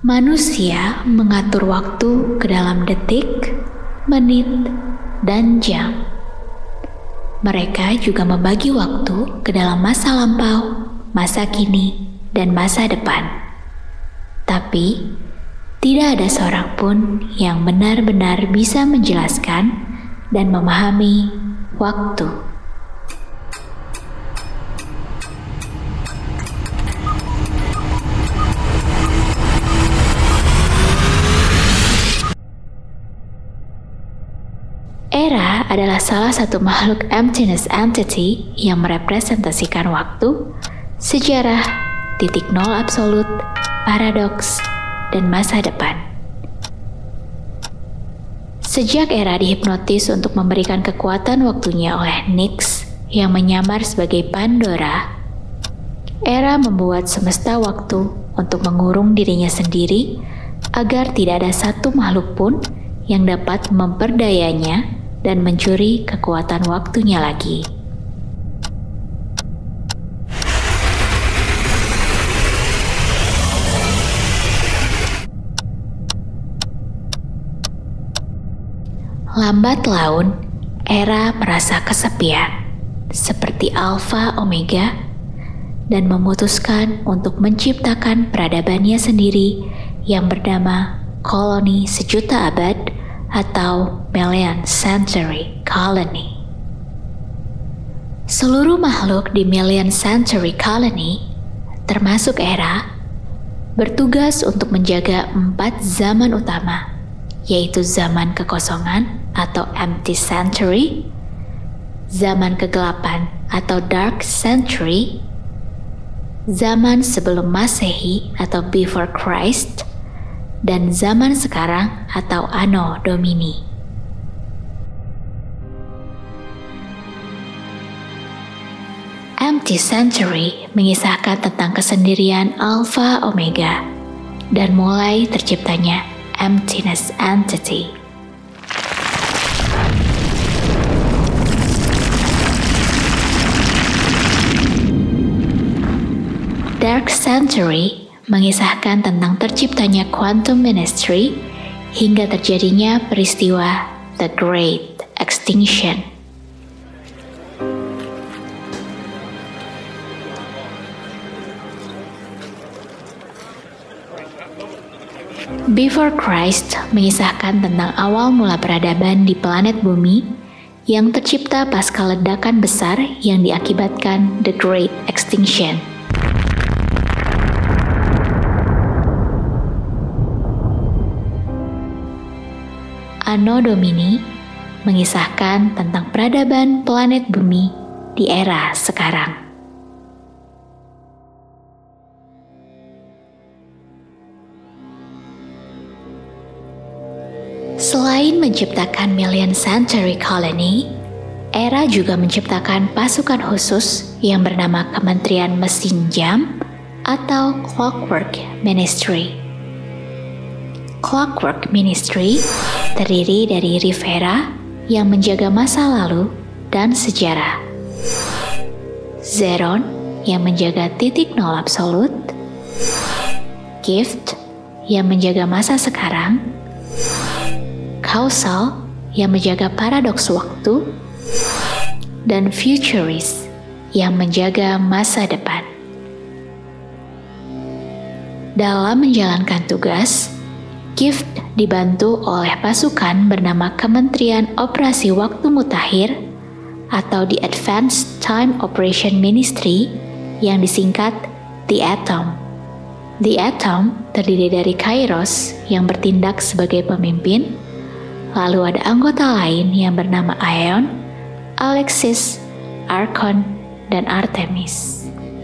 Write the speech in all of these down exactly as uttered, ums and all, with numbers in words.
Manusia mengatur waktu ke dalam detik, menit, dan jam. Mereka juga membagi waktu ke dalam masa lampau, masa kini, dan masa depan. Tapi, tidak ada seorang pun yang benar-benar bisa menjelaskan dan memahami waktu. Era adalah salah satu makhluk emptiness entity yang merepresentasikan waktu, sejarah, titik nol absolut, paradoks, dan masa depan. Sejak Era dihipnotis untuk memberikan kekuatan waktunya oleh Nyx yang menyamar sebagai Pandora, Era membuat semesta waktu untuk mengurung dirinya sendiri agar tidak ada satu makhluk pun yang dapat memperdayanya dan mencuri kekuatan waktunya lagi. Lambat laun, Era merasa kesepian, seperti Alpha Omega, dan memutuskan untuk menciptakan peradabannya sendiri yang bernama Koloni Sejuta Abad atau Million Century Colony. Seluruh makhluk di Million Century Colony, termasuk Era, bertugas untuk menjaga empat zaman utama, yaitu zaman kekosongan atau Empty Century, zaman kegelapan atau Dark Century, zaman sebelum Masehi atau Before Christ, dan zaman sekarang atau Anno Domini. Empty Century mengisahkan tentang kesendirian Alpha Omega dan mulai terciptanya Emptiness Entity. Dark Century mengisahkan tentang terciptanya Quantum Ministry hingga terjadinya peristiwa The Great Extinction. Before Christ mengisahkan tentang awal mula peradaban di planet bumi yang tercipta pasca ledakan besar yang diakibatkan The Great Extinction. Anno Domini mengisahkan tentang peradaban planet bumi di era sekarang. Selain menciptakan Million Century Colony, Era juga menciptakan pasukan khusus yang bernama Kementerian Mesin Jam atau Clockwork Ministry. Clockwork Ministry terdiri dari Rivera yang menjaga masa lalu dan sejarah, Zeron yang menjaga titik nol absolut, Gift yang menjaga masa sekarang, Causal yang menjaga paradoks waktu, dan Futurist yang menjaga masa depan. Dalam menjalankan tugas, Gift dibantu oleh pasukan bernama Kementerian Operasi Waktu Mutakhir atau The Advanced Time Operation Ministry yang disingkat The Atom. The Atom terdiri dari Kairos yang bertindak sebagai pemimpin, lalu ada anggota lain yang bernama Aeon, Alexis, Archon, dan Artemis.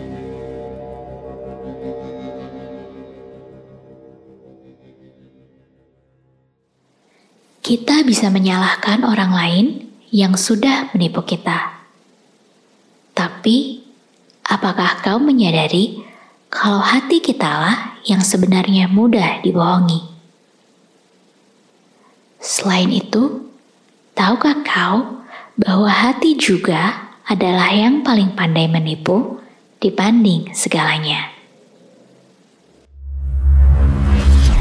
Kita bisa menyalahkan orang lain yang sudah menipu kita. Tapi, apakah kau menyadari kalau hati kitalah yang sebenarnya mudah dibohongi? Selain itu, tahukah kau bahwa hati juga adalah yang paling pandai menipu dibanding segalanya?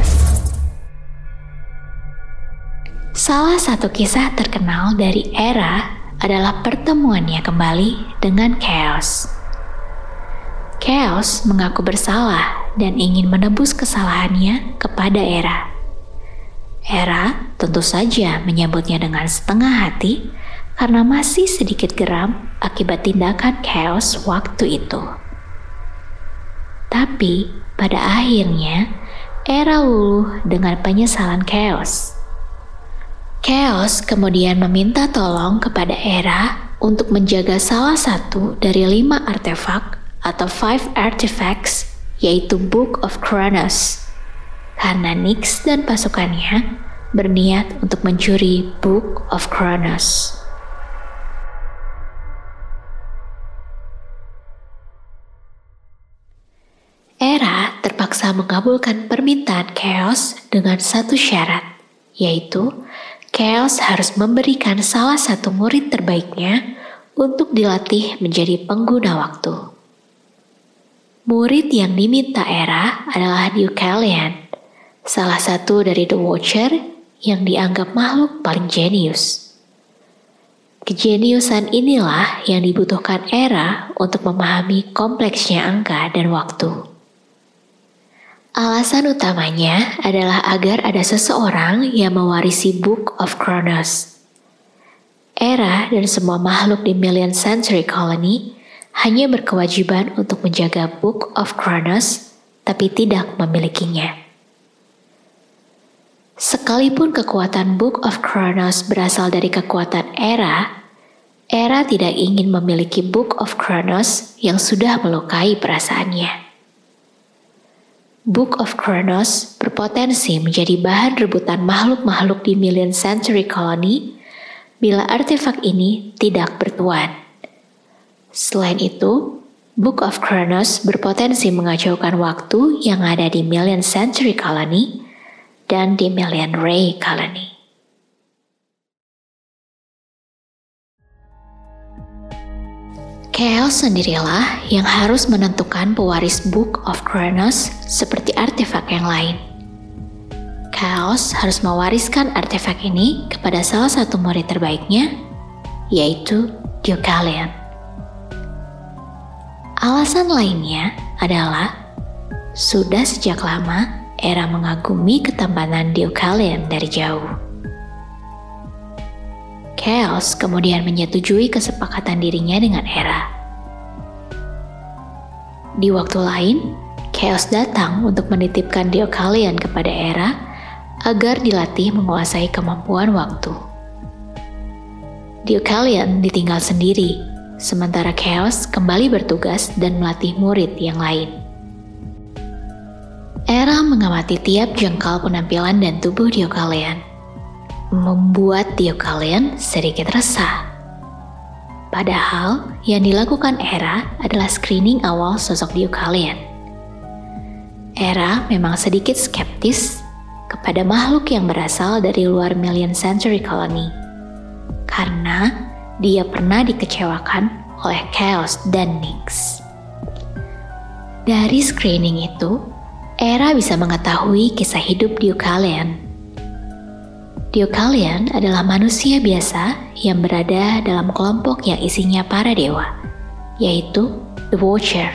Salah satu kisah terkenal dari Era adalah pertemuannya kembali dengan Chaos. Chaos mengaku bersalah dan ingin menebus kesalahannya kepada Era. Era tentu saja menyambutnya dengan setengah hati karena masih sedikit geram akibat tindakan Chaos waktu itu. Tapi pada akhirnya Era luluh dengan penyesalan Chaos. Chaos kemudian meminta tolong kepada Era untuk menjaga salah satu dari lima artefak atau five artifacts, yaitu Book of Kronos, karena Nyx dan pasukannya berniat untuk mencuri Book of Kronos. Era terpaksa mengabulkan permintaan Chaos dengan satu syarat, yaitu Chaos harus memberikan salah satu murid terbaiknya untuk dilatih menjadi pengguna waktu. Murid yang diminta Era adalah Deucalion, salah satu dari The Watcher yang dianggap makhluk paling jenius. Kejeniusan inilah yang dibutuhkan Era untuk memahami kompleksnya angka dan waktu. Alasan utamanya adalah agar ada seseorang yang mewarisi Book of Kronos. Era dan semua makhluk di Million Century Colony hanya berkewajiban untuk menjaga Book of Kronos, tapi tidak memilikinya. Sekalipun kekuatan Book of Kronos berasal dari kekuatan Era, Era tidak ingin memiliki Book of Kronos yang sudah melukai perasaannya. Book of Kronos berpotensi menjadi bahan rebutan makhluk-makhluk di Million Century Colony bila artefak ini tidak bertuan. Selain itu, Book of Kronos berpotensi mengacaukan waktu yang ada di Million Century Colony dan di Million Ray Colony. Chaos sendirilah yang harus menentukan pewaris Book of Kronos seperti artefak yang lain. Chaos harus mewariskan artefak ini kepada salah satu murid terbaiknya, yaitu Deucalion. Alasan lainnya adalah sudah sejak lama Era mengagumi ketampanan Deucalion dari jauh. Chaos kemudian menyetujui kesepakatan dirinya dengan Era. Di waktu lain, Chaos datang untuk menitipkan Deucalion kepada Era agar dilatih menguasai kemampuan waktu. Deucalion ditinggal sendiri, sementara Chaos kembali bertugas dan melatih murid yang lain. Era mengamati tiap jengkal penampilan dan tubuh Deucalion, membuat Deucalion sedikit resah. Padahal yang dilakukan Era adalah screening awal sosok Deucalion. Era memang sedikit skeptis kepada makhluk yang berasal dari luar Million Century Colony, karena dia pernah dikecewakan oleh Chaos dan Nyx. Dari screening itu, Era bisa mengetahui kisah hidup Deucalion. Deucalion adalah manusia biasa yang berada dalam kelompok yang isinya para dewa, yaitu The Watcher.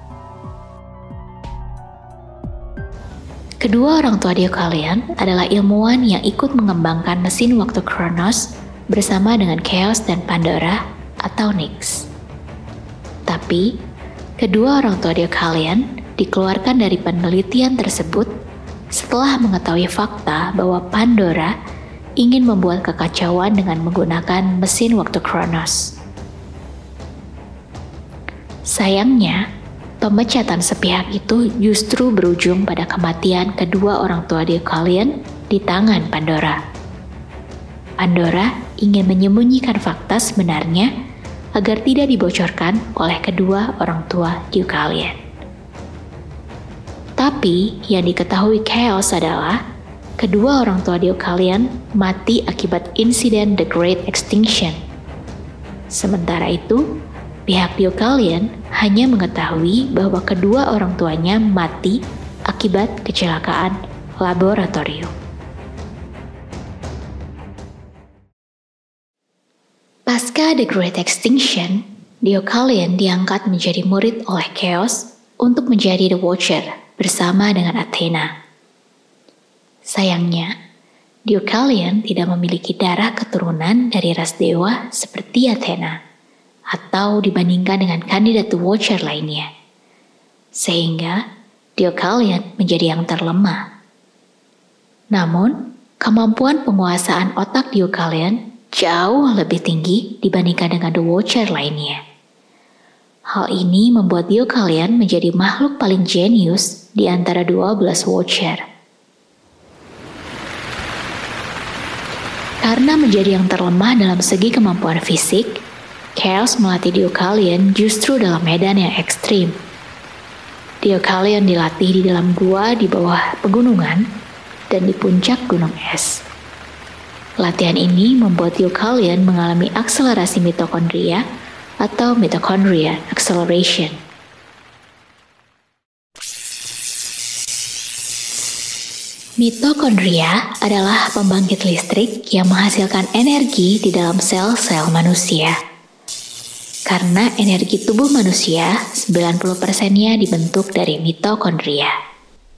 Kedua orang tua Deucalion adalah ilmuwan yang ikut mengembangkan mesin waktu Kronos bersama dengan Chaos dan Pandora atau Nyx. Tapi, kedua orang tua Deucalion dikeluarkan dari penelitian tersebut setelah mengetahui fakta bahwa Pandora ingin membuat kekacauan dengan menggunakan mesin waktu Kronos. Sayangnya, pemecatan sepihak itu justru berujung pada kematian kedua orang tua Deucalion di tangan Pandora. Pandora ingin menyembunyikan fakta sebenarnya agar tidak dibocorkan oleh kedua orang tua Deucalion. Tapi yang diketahui Chaos adalah kedua orang tua Deucalion mati akibat insiden The Great Extinction. Sementara itu, pihak Deucalion hanya mengetahui bahwa kedua orang tuanya mati akibat kecelakaan laboratorium. Pasca The Great Extinction, Deucalion diangkat menjadi murid oleh Chaos untuk menjadi The Watcher bersama dengan Athena. Sayangnya, Deucalion tidak memiliki darah keturunan dari ras dewa seperti Athena, atau dibandingkan dengan kandidat The Watcher lainnya. Sehingga, Deucalion menjadi yang terlemah. Namun, kemampuan penguasaan otak Deucalion jauh lebih tinggi dibandingkan dengan The Watcher lainnya. Hal ini membuat Deucalion menjadi makhluk paling jenius di antara dua belas Watcher. Karena menjadi yang terlemah dalam segi kemampuan fisik, Chaos melatih Deucalion justru dalam medan yang ekstrim. Deucalion dilatih di dalam gua di bawah pegunungan dan di puncak gunung es. Latihan ini membuat Deucalion mengalami akselerasi mitokondria atau mitochondrial acceleration. Mitokondria adalah pembangkit listrik yang menghasilkan energi di dalam sel-sel manusia. Karena energi tubuh manusia sembilan puluh persennya dibentuk dari mitokondria.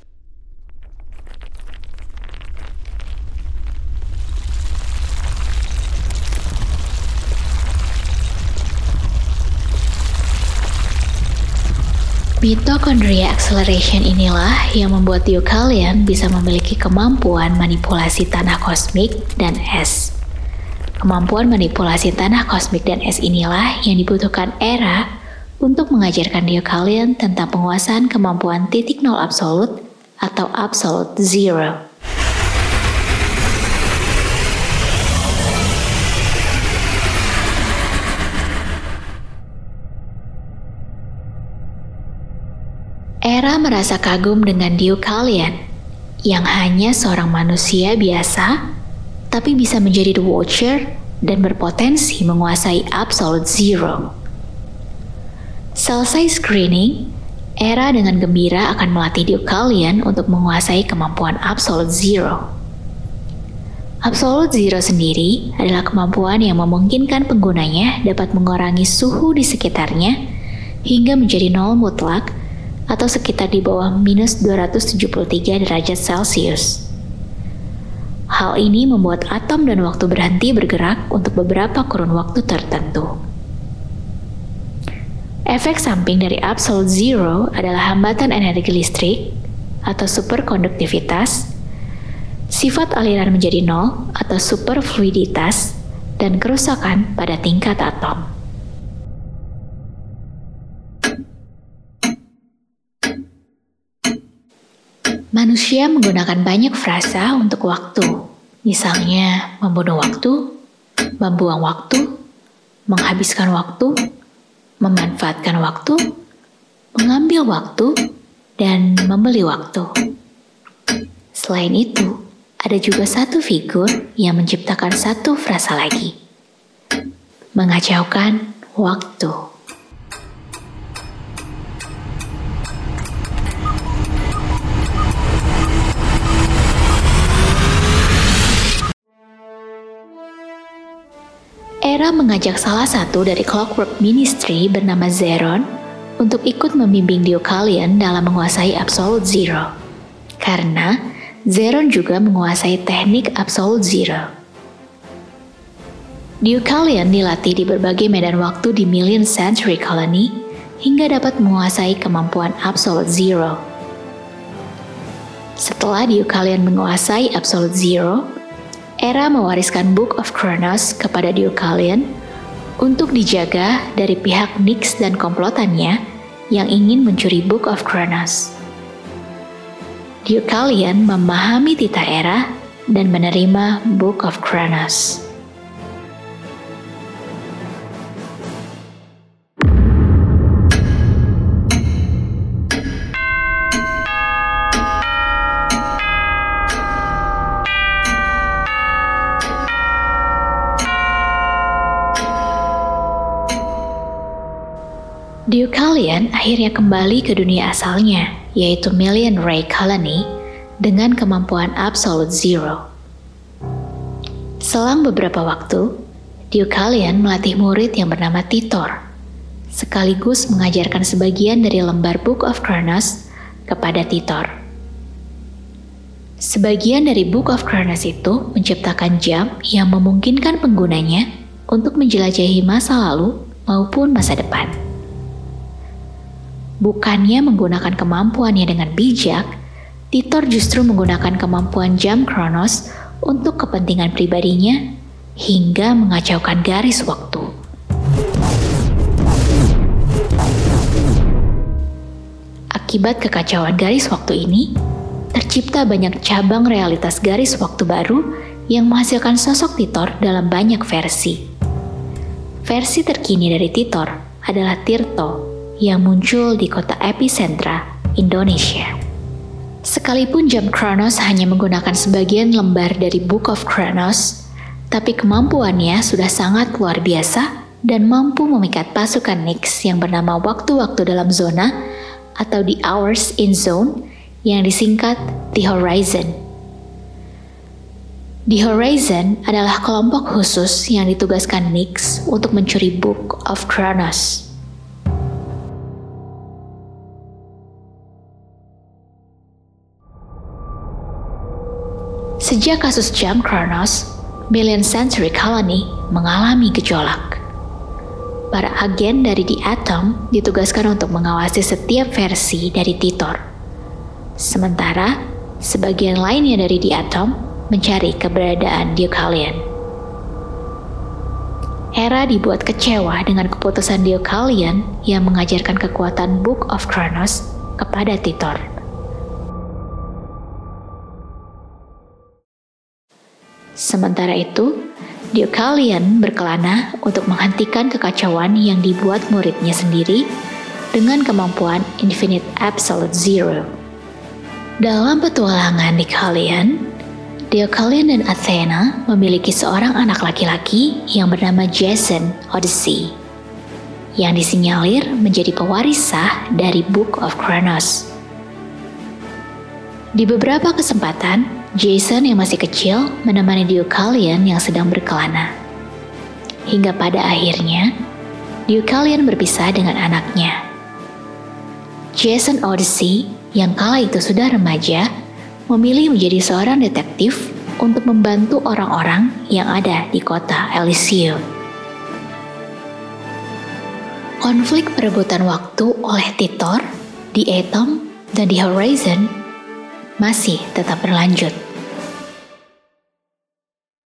Mitochondria acceleration inilah yang membuat Deucalion bisa memiliki kemampuan manipulasi tanah kosmik dan es. Kemampuan manipulasi tanah kosmik dan es inilah yang dibutuhkan Era untuk mengajarkan Deucalion tentang penguasaan kemampuan titik nol absolut atau absolute zero. Era merasa kagum dengan Deucalion yang hanya seorang manusia biasa tapi bisa menjadi The Watcher dan berpotensi menguasai Absolute Zero. Selesai screening, Era dengan gembira akan melatih Deucalion untuk menguasai kemampuan Absolute Zero. Absolute Zero sendiri adalah kemampuan yang memungkinkan penggunanya dapat mengurangi suhu di sekitarnya hingga menjadi nol mutlak atau sekitar di bawah minus dua ratus tujuh puluh tiga derajat Celcius. Hal ini membuat atom dan waktu berhenti bergerak untuk beberapa kurun waktu tertentu. Efek samping dari Absolute Zero adalah hambatan energi listrik atau superkonduktivitas, sifat aliran menjadi nol atau superfluiditas, dan kerusakan pada tingkat atom. Manusia menggunakan banyak frasa untuk waktu, misalnya membunuh waktu, membuang waktu, menghabiskan waktu, memanfaatkan waktu, mengambil waktu, dan membeli waktu. Selain itu, ada juga satu figur yang menciptakan satu frasa lagi. Mengacaukan waktu. Era mengajak salah satu dari Clockwork Ministry bernama Zeron untuk ikut membimbing Deucalion dalam menguasai Absolute Zero. Karena Zeron juga menguasai teknik Absolute Zero. Deucalion dilatih di berbagai medan waktu di Million Century Colony hingga dapat menguasai kemampuan Absolute Zero. Setelah Deucalion menguasai Absolute Zero, Era mewariskan Book of Chronos kepada Deucalion untuk dijaga dari pihak Nyx dan komplotannya yang ingin mencuri Book of Chronos. Deucalion memahami titah Era dan menerima Book of Chronos. Deucalion akhirnya kembali ke dunia asalnya, yaitu Million Ray Colony, dengan kemampuan Absolute Zero. Selang beberapa waktu, Deucalion melatih murid yang bernama Titor, sekaligus mengajarkan sebagian dari lembar Book of Chronos kepada Titor. Sebagian dari Book of Chronos itu menciptakan jam yang memungkinkan penggunanya untuk menjelajahi masa lalu maupun masa depan. Bukannya menggunakan kemampuannya dengan bijak, Titor justru menggunakan kemampuan jam Chronos untuk kepentingan pribadinya hingga mengacaukan garis waktu. Akibat kekacauan garis waktu ini, tercipta banyak cabang realitas garis waktu baru yang menghasilkan sosok Titor dalam banyak versi. Versi terkini dari Titor adalah Tirto yang muncul di kota Epicentra, Indonesia. Sekalipun jam Chronos hanya menggunakan sebagian lembar dari Book of Chronos, tapi kemampuannya sudah sangat luar biasa dan mampu memikat pasukan Nyx yang bernama waktu-waktu dalam zona atau The Hours in Zone yang disingkat The Horizon. The Horizon adalah kelompok khusus yang ditugaskan Nyx untuk mencuri Book of Chronos. Sejak kasus jam Chronos, Million Century Colony mengalami gejolak. Para agen dari The Atom ditugaskan untuk mengawasi setiap versi dari Titor. Sementara, sebagian lainnya dari The Atom mencari keberadaan Deucalion. Hera dibuat kecewa dengan keputusan Deucalion yang mengajarkan kekuatan Book of Chronos kepada Titor. Sementara itu, Deucalion berkelana untuk menghentikan kekacauan yang dibuat muridnya sendiri dengan kemampuan Infinite Absolute Zero. Dalam petualangan Deucalion, Deucalion dan Athena memiliki seorang anak laki-laki yang bernama Jason Odyssey, yang disinyalir menjadi pewaris sah dari Book of Chronos. Di beberapa kesempatan, Jason yang masih kecil menemani Deucalion yang sedang berkelana. Hingga pada akhirnya, Deucalion berpisah dengan anaknya. Jason Odyssey yang kala itu sudah remaja, memilih menjadi seorang detektif untuk membantu orang-orang yang ada di kota Elysium. Konflik perebutan waktu oleh Titor, The Atom, dan The Horizon masih tetap berlanjut.